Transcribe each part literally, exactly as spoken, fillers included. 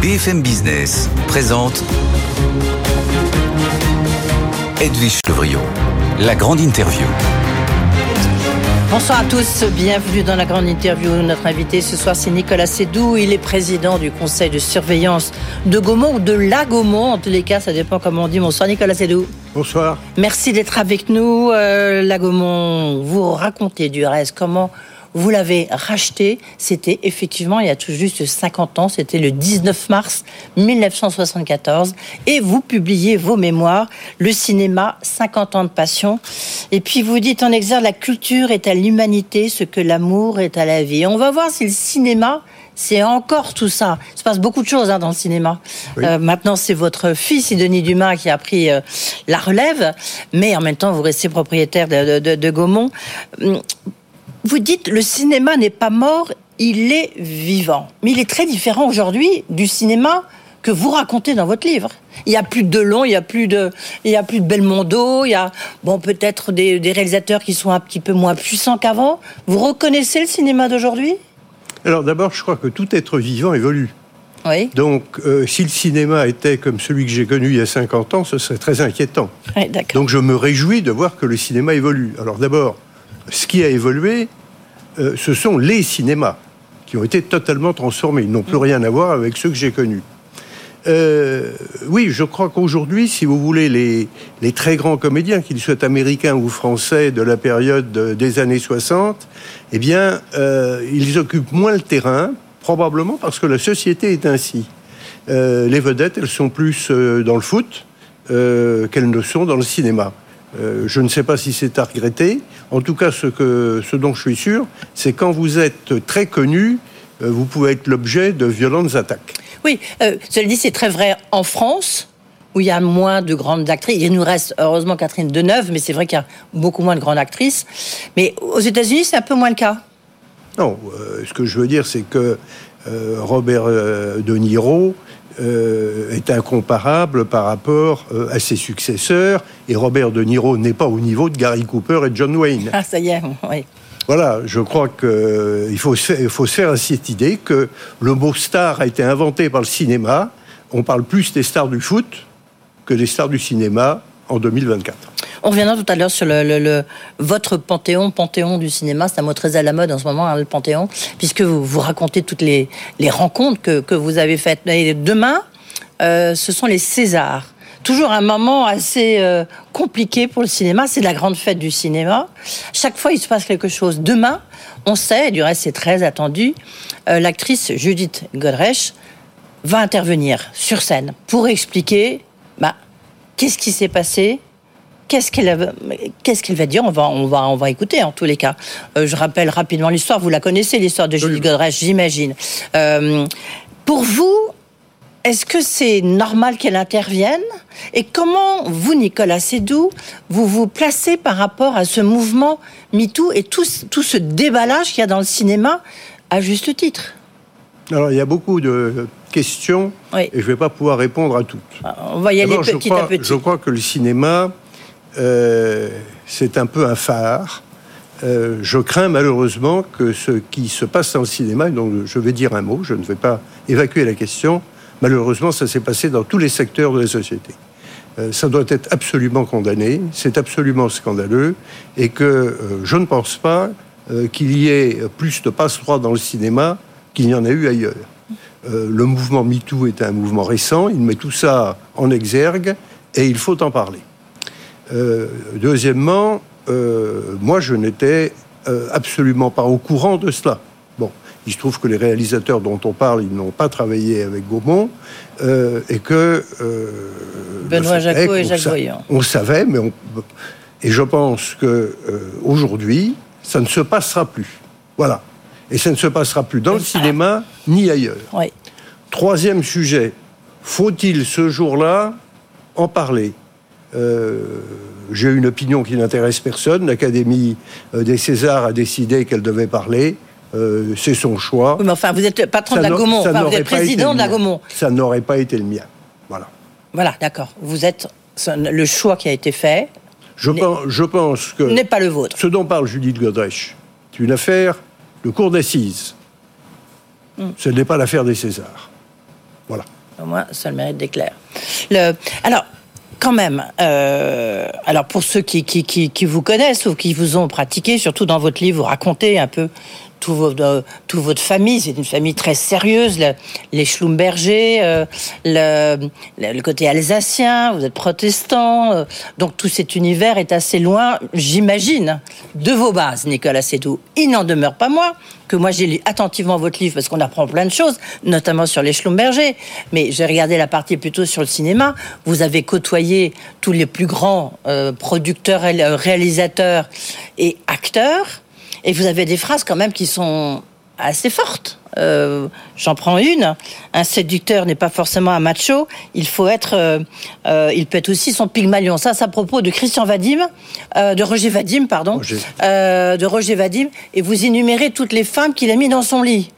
B F M Business présente Edwige Chevrillon, la grande interview. Bonsoir à tous, bienvenue dans la grande interview. Notre invité ce soir, c'est Nicolas Sédou. Il est président du conseil de surveillance de Gaumont ou de la Gaumont. En tous les cas, ça dépend comment on dit. Bonsoir Nicolas Sédou. Bonsoir. Merci d'être avec nous. Euh, la Gaumont, vous racontez du reste comment vous l'avez racheté. C'était effectivement il y a tout juste cinquante ans. C'était le dix-neuf mars mille neuf cent soixante-quatorze. Et vous publiez vos mémoires, le cinéma, cinquante ans de passion. Et puis vous dites en exergue, la culture est à l'humanité ce que l'amour est à la vie. Et on va voir si le cinéma, c'est encore tout ça. Il se passe beaucoup de choses hein, dans le cinéma. Oui. Euh, maintenant, c'est votre fils, Denis Dumas, qui a pris euh, la relève. Mais en même temps, vous restez propriétaire de, de, de Gaumont. Vous dites, le cinéma n'est pas mort, il est vivant. Mais il est très différent aujourd'hui du cinéma que vous racontez dans votre livre. Il n'y a plus de Delon, il n'y a plus de, il y a plus de Belmondo, il y a bon, peut-être des, des réalisateurs qui sont un petit peu moins puissants qu'avant. Vous reconnaissez le cinéma d'aujourd'hui ? Alors d'abord, je crois que tout être vivant évolue. Oui. Donc, euh, si le cinéma était comme celui que j'ai connu il y a cinquante ans, ce serait très inquiétant. Oui, d'accord. Donc je me réjouis de voir que le cinéma évolue. Alors d'abord, ce qui a évolué, euh, ce sont les cinémas qui ont été totalement transformés. Ils n'ont plus rien à voir avec ceux que j'ai connus. Euh, oui, je crois qu'aujourd'hui, si vous voulez, les, les très grands comédiens, qu'ils soient américains ou français de la période des années soixante, eh bien, euh, ils occupent moins le terrain, probablement parce que la société est ainsi. Euh, les vedettes, elles sont plus euh, dans le foot euh, qu'elles ne sont dans le cinéma. Euh, je ne sais pas si c'est à regretter. En tout cas, ce, que, ce dont je suis sûr, c'est quand vous êtes très connu, euh, vous pouvez être l'objet de violentes attaques. Oui, euh, cela dit, c'est très vrai en France, où il y a moins de grandes actrices. Il nous reste heureusement Catherine Deneuve, mais c'est vrai qu'il y a beaucoup moins de grandes actrices. Mais aux États-Unis, c'est un peu moins le cas. Non, euh, ce que je veux dire, c'est que euh, Robert euh, De Niro euh, est incomparable par rapport euh, à ses successeurs, et Robert De Niro n'est pas au niveau de Gary Cooper et John Wayne. Ah, ça y est, oui. Voilà, je crois qu'il euh, faut, faut se faire à cette idée que le mot star a été inventé par le cinéma. On parle plus des stars du foot que des stars du cinéma en deux mille vingt-quatre. On reviendra tout à l'heure sur le, le, le, votre panthéon, panthéon du cinéma. C'est un mot très à la mode en ce moment, hein, le panthéon, puisque vous, vous racontez toutes les, les rencontres que, que vous avez faites. Et demain, euh, ce sont les Césars. Toujours un moment assez euh, compliqué pour le cinéma, c'est la grande fête du cinéma. Chaque fois, il se passe quelque chose. Demain, on sait, et du reste, c'est très attendu, euh, l'actrice Judith Godrèche va intervenir sur scène pour expliquer bah, qu'est-ce qui s'est passé, qu'est-ce qu'elle, a, qu'est-ce qu'elle va dire. On va, on va, on va écouter en tous les cas. Euh, je rappelle rapidement l'histoire. Vous la connaissez, l'histoire de Judith Godrèche, j'imagine. Euh, pour vous, est-ce que c'est normal qu'elle intervienne ? Et comment, vous, Nicolas Sédou, vous vous placez par rapport à ce mouvement MeToo et tout, tout ce déballage qu'il y a dans le cinéma, à juste titre ? Alors, il y a beaucoup de questions, oui. Et je ne vais pas pouvoir répondre à toutes. On va y aller D'abord, petit crois, à petit. Je crois que le cinéma, euh, c'est un peu un phare. Euh, je crains malheureusement que ce qui se passe dans le cinéma, donc je vais dire un mot, je ne vais pas évacuer la question, malheureusement, ça s'est passé dans tous les secteurs de la société. Euh, ça doit être absolument condamné, c'est absolument scandaleux, et que euh, je ne pense pas euh, qu'il y ait plus de passe-droit dans le cinéma qu'il n'y en a eu ailleurs. Euh, le mouvement MeToo est un mouvement récent, il met tout ça en exergue, et il faut en parler. Euh, deuxièmement, euh, moi je n'étais euh, absolument pas au courant de cela. Bon. Il se trouve que les réalisateurs dont on parle, ils n'ont pas travaillé avec Gaumont, euh, et que... Euh, Benoît Jacquot et Jacques Voyant. On savait, mais on... Et je pense qu'aujourd'hui, euh, ça ne se passera plus. Voilà. Et ça ne se passera plus dans le cinéma, ni ailleurs. Oui. Troisième sujet. Faut-il, ce jour-là, en parler ? euh, J'ai une opinion qui n'intéresse personne. L'Académie des Césars a décidé qu'elle devait parler. Euh, c'est son choix. Oui, mais enfin, vous êtes patron ça de la Gaumont, enfin, vous êtes président de la Gaumont. Ça n'aurait pas été le mien. Voilà. Voilà, d'accord. Vous êtes le choix qui a été fait. Je pense, je pense que n'est pas le vôtre. Ce dont parle Judith Godrèche, c'est une affaire de cour d'assises. Mm. Ce n'est pas l'affaire des Césars. Voilà. Au moins, ça a le mérite d'être clair. Le... Alors, quand même, euh... alors pour ceux qui, qui, qui, qui vous connaissent ou qui vous ont pratiqué, surtout dans votre livre, vous racontez un peu tout votre, toute votre famille. C'est une famille très sérieuse, le, les Schlumberger, euh, le, le côté alsacien, vous êtes protestant, euh, donc tout cet univers est assez loin, j'imagine, de vos bases, Nicolas Seydoux. Il n'en demeure pas moins que moi j'ai lu attentivement votre livre parce qu'on apprend plein de choses, notamment sur les Schlumberger, mais j'ai regardé la partie plutôt sur le cinéma. Vous avez côtoyé tous les plus grands euh, producteurs, réalisateurs et acteurs. Et vous avez des phrases quand même qui sont assez fortes. Euh, j'en prends une. Un séducteur n'est pas forcément un macho. Il faut être, euh, euh, il peut être aussi son Pygmalion. Ça, c'est à propos de Christian Vadim, euh, de Roger Vadim, pardon, Roger. Euh, de Roger Vadim. Et vous énumérez toutes les femmes qu'il a mis dans son lit.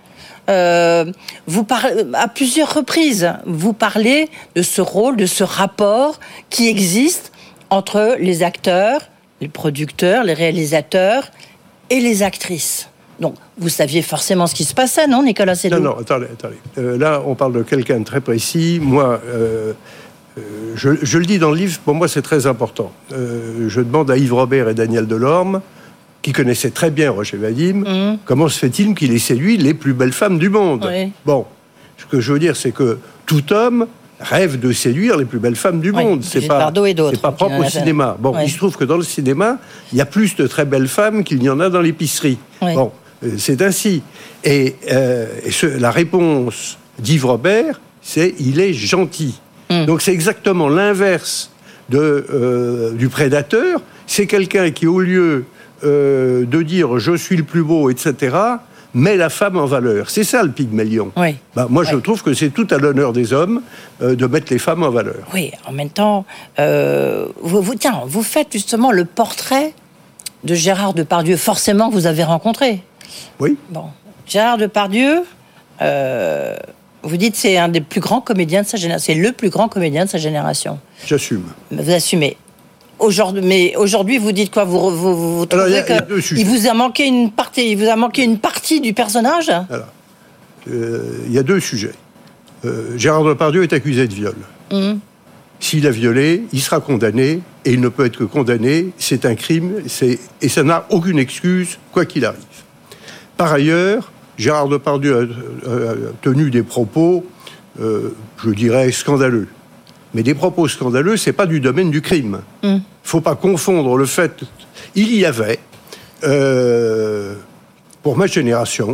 Euh, vous parlez à plusieurs reprises. Vous parlez de ce rôle, de ce rapport qui existe entre les acteurs, les producteurs, les réalisateurs et les actrices. Donc, vous saviez forcément ce qui se passait, non, Nicolas Seydoux ? Non, non, attendez, attendez. Euh, là, on parle de quelqu'un de très précis. Moi, euh, euh, je, je le dis dans le livre, pour moi, c'est très important. Euh, je demande à Yves Robert et Daniel Delorme, qui connaissaient très bien Roger Vadim, mmh. comment se fait-il qu'il ait séduit les plus belles femmes du monde ? Oui. Bon, ce que je veux dire, c'est que tout homme rêve de séduire les plus belles femmes du oui, monde. C'est pas, c'est pas propre au cinéma. Bon, oui. Il se trouve que dans le cinéma, il y a plus de très belles femmes qu'il n'y en a dans l'épicerie. Oui. Bon, c'est ainsi. Et, euh, et ce, la réponse d'Yves Robert, c'est « il est gentil mm. ». Donc c'est exactement l'inverse de, euh, du prédateur. C'est quelqu'un qui, au lieu euh, de dire « je suis le plus beau », et cetera, met la femme en valeur. C'est ça le Pygmalion. Oui. Bah, moi, oui. je trouve que c'est tout à l'honneur des hommes euh, de mettre les femmes en valeur. Oui, en même temps, euh, vous, vous, tiens, vous faites justement le portrait de Gérard Depardieu, forcément que vous avez rencontré. Oui. Bon, Gérard Depardieu, euh, vous dites c'est un des plus grands comédiens de sa génération. C'est le plus grand comédien de sa génération. J'assume. Vous assumez. Aujourd'hui, mais aujourd'hui, vous dites quoi ? Vous, vous, vous trouvez qu'il vous a manqué une partie, il vous a manqué une partie du personnage ? Alors, euh, il y a deux sujets. Euh, Gérard Depardieu est accusé de viol. Mmh. S'il a violé, il sera condamné, et il ne peut être que condamné. C'est un crime, c'est, et ça n'a aucune excuse, quoi qu'il arrive. Par ailleurs, Gérard Depardieu a, a tenu des propos, euh, je dirais, scandaleux. Mais des propos scandaleux, c'est pas du domaine du crime. Il mm. faut pas confondre le fait... Il y avait, euh, pour ma génération,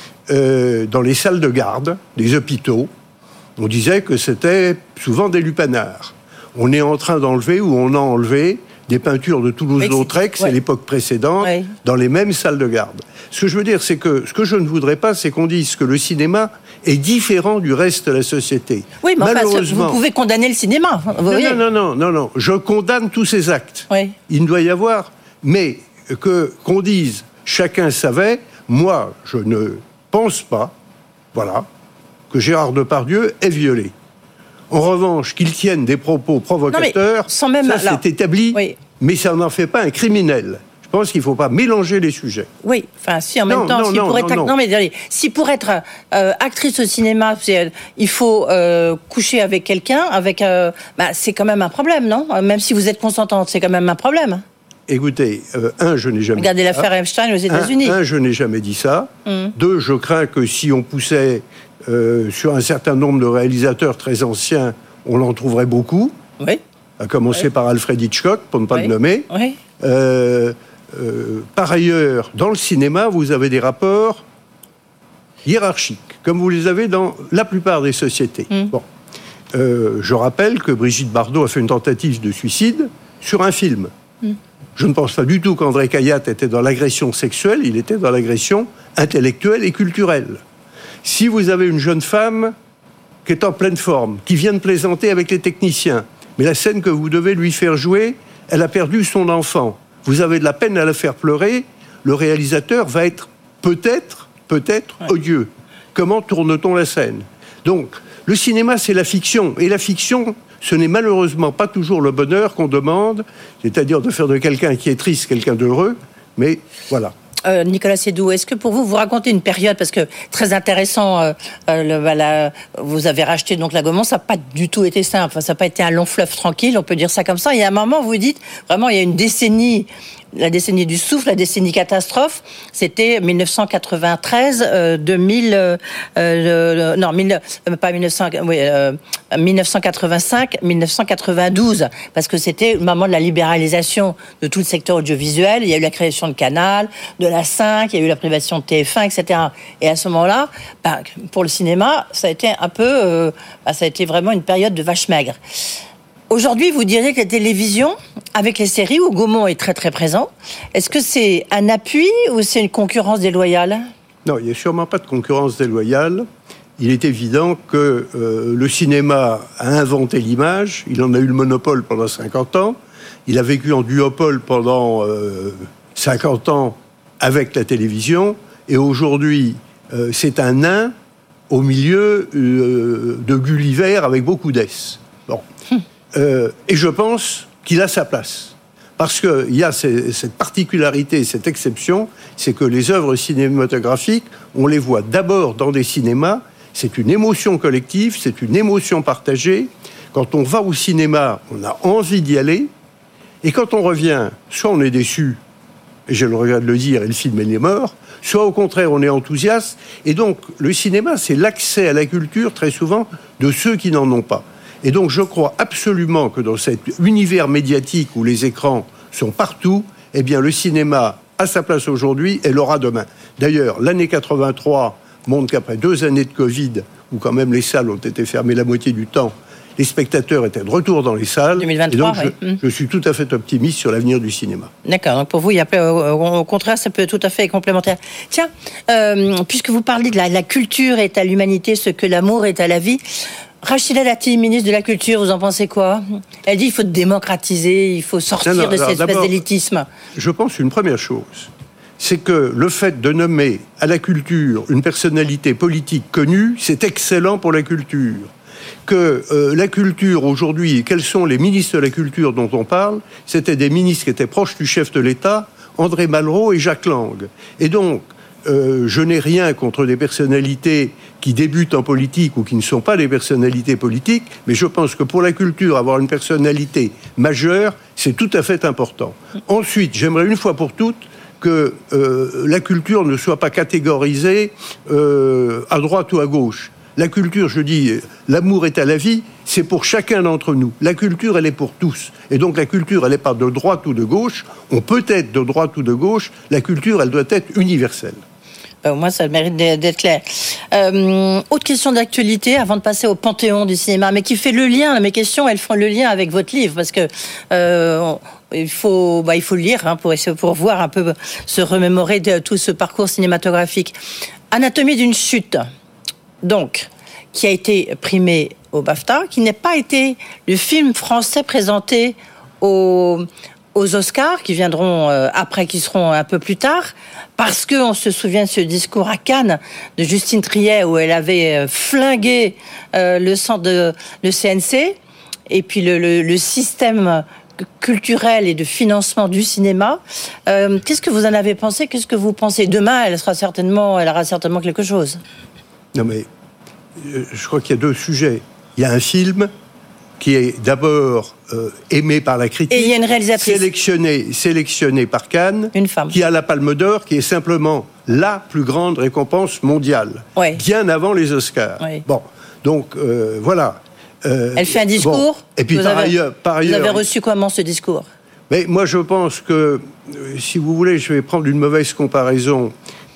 euh, dans les salles de garde des hôpitaux, on disait que c'était souvent des lupanards. On est en train d'enlever, ou on a enlevé, des peintures de Toulouse-Lautrec, c'est ouais. l'époque précédente, ouais. dans les mêmes salles de garde. Ce que je veux dire, c'est que ce que je ne voudrais pas, c'est qu'on dise que le cinéma est différent du reste de la société. Oui, mais malheureusement, enfin, vous pouvez condamner le cinéma. Vous non, voyez. non, non, non, non, non. Je condamne tous ces actes. Oui. Il ne doit y avoir, mais que qu'on dise chacun savait. Moi, je ne pense pas, voilà, que Gérard Depardieu est violé. En revanche, qu'il tienne des propos provocateurs, non, sans même, ça là, c'est établi, oui. mais ça n'en fait pas un criminel. Je pense qu'il ne faut pas mélanger les sujets. Oui, enfin, si en même non, temps, non, si, non, pour être, non, non. Non, mais, si pour être euh, actrice au cinéma, c'est, il faut euh, coucher avec quelqu'un, avec, euh, bah, c'est quand même un problème, non ? Même si vous êtes consentante, c'est quand même un problème. Écoutez, euh, un, je n'ai jamais Regardez dit l'affaire ça. Epstein aux États-Unis. Un, un, je n'ai jamais dit ça. Mm. Deux, je crains que si on poussait euh, sur un certain nombre de réalisateurs très anciens, on en trouverait beaucoup. Oui. À commencer oui. par Alfred Hitchcock, pour ne pas oui. le nommer. Oui. Euh, euh, par ailleurs, dans le cinéma, vous avez des rapports hiérarchiques, comme vous les avez dans la plupart des sociétés. Mm. Bon. Euh, je rappelle que Brigitte Bardot a fait une tentative de suicide sur un film. Mm. Je ne pense pas du tout qu'André Cayatte était dans l'agression sexuelle, il était dans l'agression intellectuelle et culturelle. Si vous avez une jeune femme qui est en pleine forme, qui vient de plaisanter avec les techniciens, mais la scène que vous devez lui faire jouer, elle a perdu son enfant, vous avez de la peine à la faire pleurer, le réalisateur va être peut-être, peut-être ouais. odieux. Comment tourne-t-on la scène ? Donc, le cinéma, c'est la fiction, et la fiction, ce n'est malheureusement pas toujours le bonheur qu'on demande, c'est-à-dire de faire de quelqu'un qui est triste quelqu'un d'heureux, mais voilà. Euh, Nicolas Seydoux, est-ce que pour vous, vous racontez une période, parce que très intéressant, euh, euh, le, voilà, vous avez racheté donc la Gaumont, ça n'a pas du tout été simple, enfin, ça n'a pas été un long fleuve tranquille, on peut dire ça comme ça. Il y a un moment, vous dites, vraiment, il y a une décennie, la décennie du souffle, la décennie catastrophe, c'était dix-neuf cent quatre-vingt-treize, euh, deux mille, euh, euh, non, mille, euh, pas mille neuf cents, oui, euh, dix-neuf cent quatre-vingt-cinq, dix-neuf cent quatre-vingt-douze, parce que c'était le moment de la libéralisation de tout le secteur audiovisuel. Il y a eu la création de Canal, de la cinq, il y a eu la privation de T F un, et cetera. Et à ce moment-là, bah, pour le cinéma, ça a été un peu, euh, bah, ça a été vraiment une période de vache maigre. Aujourd'hui, vous diriez que la télévision, avec les séries où Gaumont est très très présent, est-ce que c'est un appui ou c'est une concurrence déloyale ? Non, il n'y a sûrement pas de concurrence déloyale. Il est évident que euh, le cinéma a inventé l'image, il en a eu le monopole pendant cinquante ans, il a vécu en duopole pendant euh, cinquante ans avec la télévision, et aujourd'hui, euh, c'est un nain au milieu euh, de Gulliver avec beaucoup d'S. Bon. Euh, et je pense qu'il a sa place. Parce qu'il y a ces, cette particularité, cette exception, c'est que les œuvres cinématographiques, on les voit d'abord dans des cinémas, c'est une émotion collective, c'est une émotion partagée. Quand on va au cinéma, on a envie d'y aller, et quand on revient, soit on est déçu, et j'ai le regret de le dire, et le film est mort, soit au contraire on est enthousiaste, et donc le cinéma, c'est l'accès à la culture, très souvent, de ceux qui n'en ont pas. Et donc je crois absolument que dans cet univers médiatique où les écrans sont partout, eh bien le cinéma a sa place aujourd'hui et l'aura demain. D'ailleurs, l'année quatre-vingt-trois montre qu'après deux années de Covid, où quand même les salles ont été fermées la moitié du temps, les spectateurs étaient de retour dans les salles. deux mille vingt-trois, et donc je, oui. je suis tout à fait optimiste sur l'avenir du cinéma. D'accord, donc pour vous, il y a, au contraire, ça peut être tout à fait être complémentaire. Tiens, euh, puisque vous parlez de la, la culture est à l'humanité ce que l'amour est à la vie, Rachida Dati, ministre de la Culture, vous en pensez quoi ? Elle dit qu'il faut démocratiser, il faut sortir non, non, de cette espèce d'élitisme. Je pense une première chose, c'est que le fait de nommer à la culture une personnalité politique connue, c'est excellent pour la culture. Que euh, la culture aujourd'hui, quels sont les ministres de la culture dont on parle ? C'était des ministres qui étaient proches du chef de l'État, André Malraux et Jacques Lang. Et donc, Euh, je n'ai rien contre des personnalités qui débutent en politique ou qui ne sont pas des personnalités politiques, mais je pense que pour la culture, avoir une personnalité majeure, c'est tout à fait important. Ensuite, j'aimerais une fois pour toutes que euh, la culture ne soit pas catégorisée euh, à droite ou à gauche. La culture, je dis, l'amour est à la vie, c'est pour chacun d'entre nous. La culture, elle est pour tous. Et donc la culture, elle n'est pas de droite ou de gauche. On peut être de droite ou de gauche. La culture, elle doit être universelle. Au moins, ça mérite d'être clair. Euh, autre question d'actualité, avant de passer au panthéon du cinéma, mais qui fait le lien, mes questions, elles font le lien avec votre livre, parce que euh, il faut, bah, il faut le lire hein, pour essayer, pour voir un peu, se remémorer de tout ce parcours cinématographique. Anatomie d'une chute, donc, qui a été primé au BAFTA, qui n'a pas été le film français présenté au... aux Oscars, qui viendront euh, après, qui seront un peu plus tard, parce qu'on se souvient de ce discours à Cannes de Justine Triet, où elle avait euh, flingué euh, le centre de le C N C, et puis le, le, le système culturel et de financement du cinéma. Euh, qu'est-ce que vous en avez pensé ? Qu'est-ce que vous pensez ? Demain, elle sera certainement, elle aura certainement quelque chose. Non mais, je crois qu'il y a deux sujets. Il y a un film qui est d'abord euh, aimé par la critique, et il y a une réalisatrice sélectionnée, sélectionnée par Cannes, une femme, qui a la Palme d'Or, qui est simplement la plus grande récompense mondiale, ouais. bien avant les Oscars. Ouais. Bon, donc euh, voilà. Euh, Elle fait un discours. Bon. Et puis vous par avez, ailleurs, par ailleurs, vous avez reçu comment ce discours ? Mais moi, je pense que, euh, si vous voulez, je vais prendre une mauvaise comparaison.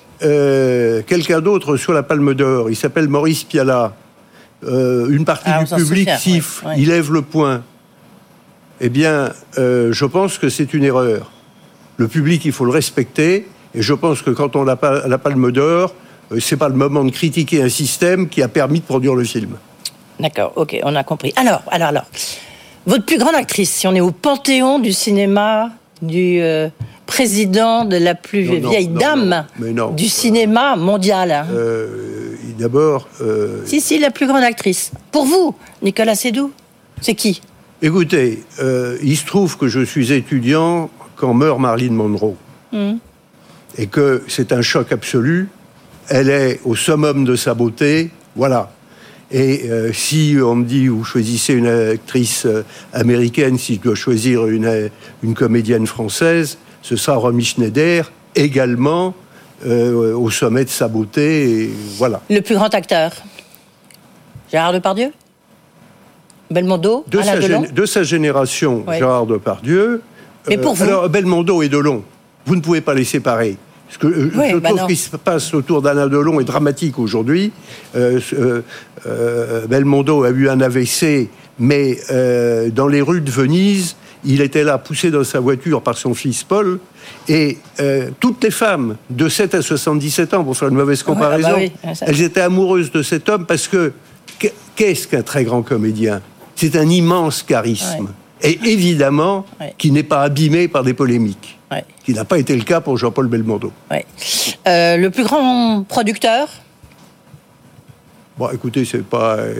Euh, quelqu'un d'autre reçoit la Palme d'Or. Il s'appelle Maurice Pialat. Euh, une partie ah, du public siffle, ouais, ouais. Il lève le poing. Eh bien, euh, je pense que c'est une erreur. Le public, il faut le respecter. Et je pense que quand on n'a pas la Palme d'Or, euh, c'est pas le moment de critiquer un système qui a permis de produire le film. D'accord, ok, on a compris. Alors, alors, alors, votre plus grande actrice, si on est au panthéon du cinéma, du euh, président de la plus non, vieille non, dame non, non, du cinéma mondial. Hein. Euh, d'abord... Euh... Si, si, la plus grande actrice. Pour vous, Nicolas Seydoux, c'est qui ? Écoutez, euh, il se trouve que je suis étudiant quand meurt Marilyn Monroe. Mmh. et que c'est un choc absolu. Elle est au summum de sa beauté, voilà. Et euh, si on me dit, vous choisissez une actrice euh, américaine, si je dois choisir une, une comédienne française, ce sera Romy Schneider, également euh, au sommet de sa beauté, et voilà. Le plus grand acteur, Gérard Depardieu, Belmondo, de Alain sa, Delon. gén- de sa génération, Oui. Gérard Depardieu. Mais pour vous Alors, Belmondo et Delon, vous ne pouvez pas les séparer. Ce que euh, Oui, je bah trouve non. qu'il se passe autour d'Alain Delon est dramatique aujourd'hui. Euh, euh, euh, Belmondo a eu un A V C, mais euh, dans les rues de Venise, il était là, poussé dans sa voiture par son fils Paul, et euh, toutes les femmes de sept à soixante-dix-sept ans, pour faire une mauvaise comparaison, Ouais, ah bah oui, ça- elles étaient amoureuses de cet homme parce que qu'est-ce qu'un très grand comédien ? C'est un immense charisme. Ouais. Et évidemment, Ouais. qui n'est pas abîmé par des polémiques. Ouais. Qui n'a pas été le cas pour Jean-Paul Belmondo. Ouais. Euh, le plus grand producteur, Bon, écoutez, c'est pas... euh,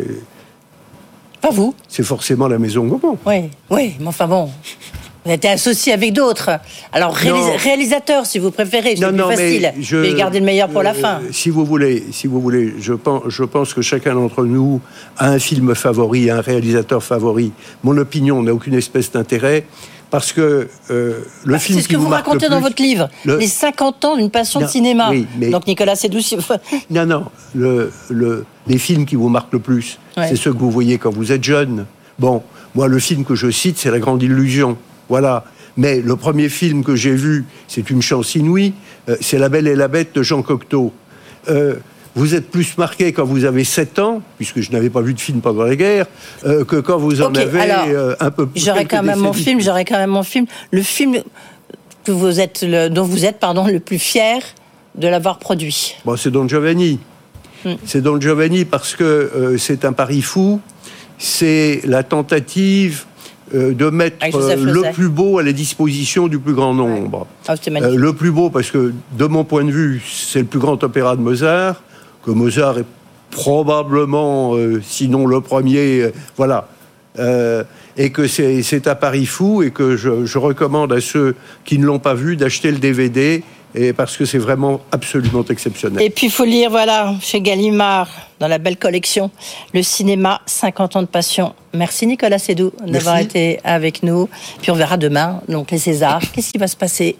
pas vous. c'est forcément la Maison Gaumont. Oui, oui, mais enfin bon. Vous êtes associé avec d'autres. Alors, réalis- Non. réalisateur, si vous préférez, c'est Non, plus non, facile. mais je- Mais gardez le meilleur pour la euh, fin. Si vous voulez, si vous voulez, je pense, je pense que chacun d'entre nous a un film favori, un réalisateur favori. Mon opinion n'a aucune espèce d'intérêt parce que euh, le Bah, film c'est ce qui que vous marque le racontez dans plus- votre livre, le- les cinquante ans d'une passion Non, de cinéma. oui, mais- Donc Nicolas Sédoussi, Non, non. Le, le, les films qui vous marquent le plus, Ouais. c'est ceux que vous voyez quand vous êtes jeune. Bon, moi, le film que je cite, c'est La Grande Illusion. Voilà. Mais le premier film que j'ai vu, c'est une chance inouïe, euh, c'est La Belle et la Bête de Jean Cocteau. Euh, vous êtes plus marqué quand vous avez sept ans, puisque je n'avais pas vu de film pendant la guerre, euh, que quand vous en Ok, avez alors, euh, un peu plus. j'aurais quand même mon film, j'aurais quand même mon film, le film que vous êtes, le- dont vous êtes, pardon, le plus fier de l'avoir produit. Bon, c'est Don Giovanni. Hmm. C'est Don Giovanni parce que euh, c'est un pari fou. C'est la tentative euh, de mettre Avec Joseph euh, le Losey. plus beau à la disposition du plus grand nombre. Ah, c'était Euh, magnifique. le plus beau parce que, de mon point de vue, c'est le plus grand opéra de Mozart, que Mozart est probablement, euh, sinon le premier, euh, voilà. Euh, et que c'est, c'est un pari fou et que je, je recommande à ceux qui ne l'ont pas vu d'acheter le D V D et parce que c'est vraiment absolument exceptionnel. Et puis, il faut lire, voilà, chez Gallimard, dans la belle collection, le cinéma, cinquante ans de passion. Merci Nicolas Sédou d'avoir Merci. été avec nous. Puis on verra demain, donc les Césars. Qu'est-ce qui va se passer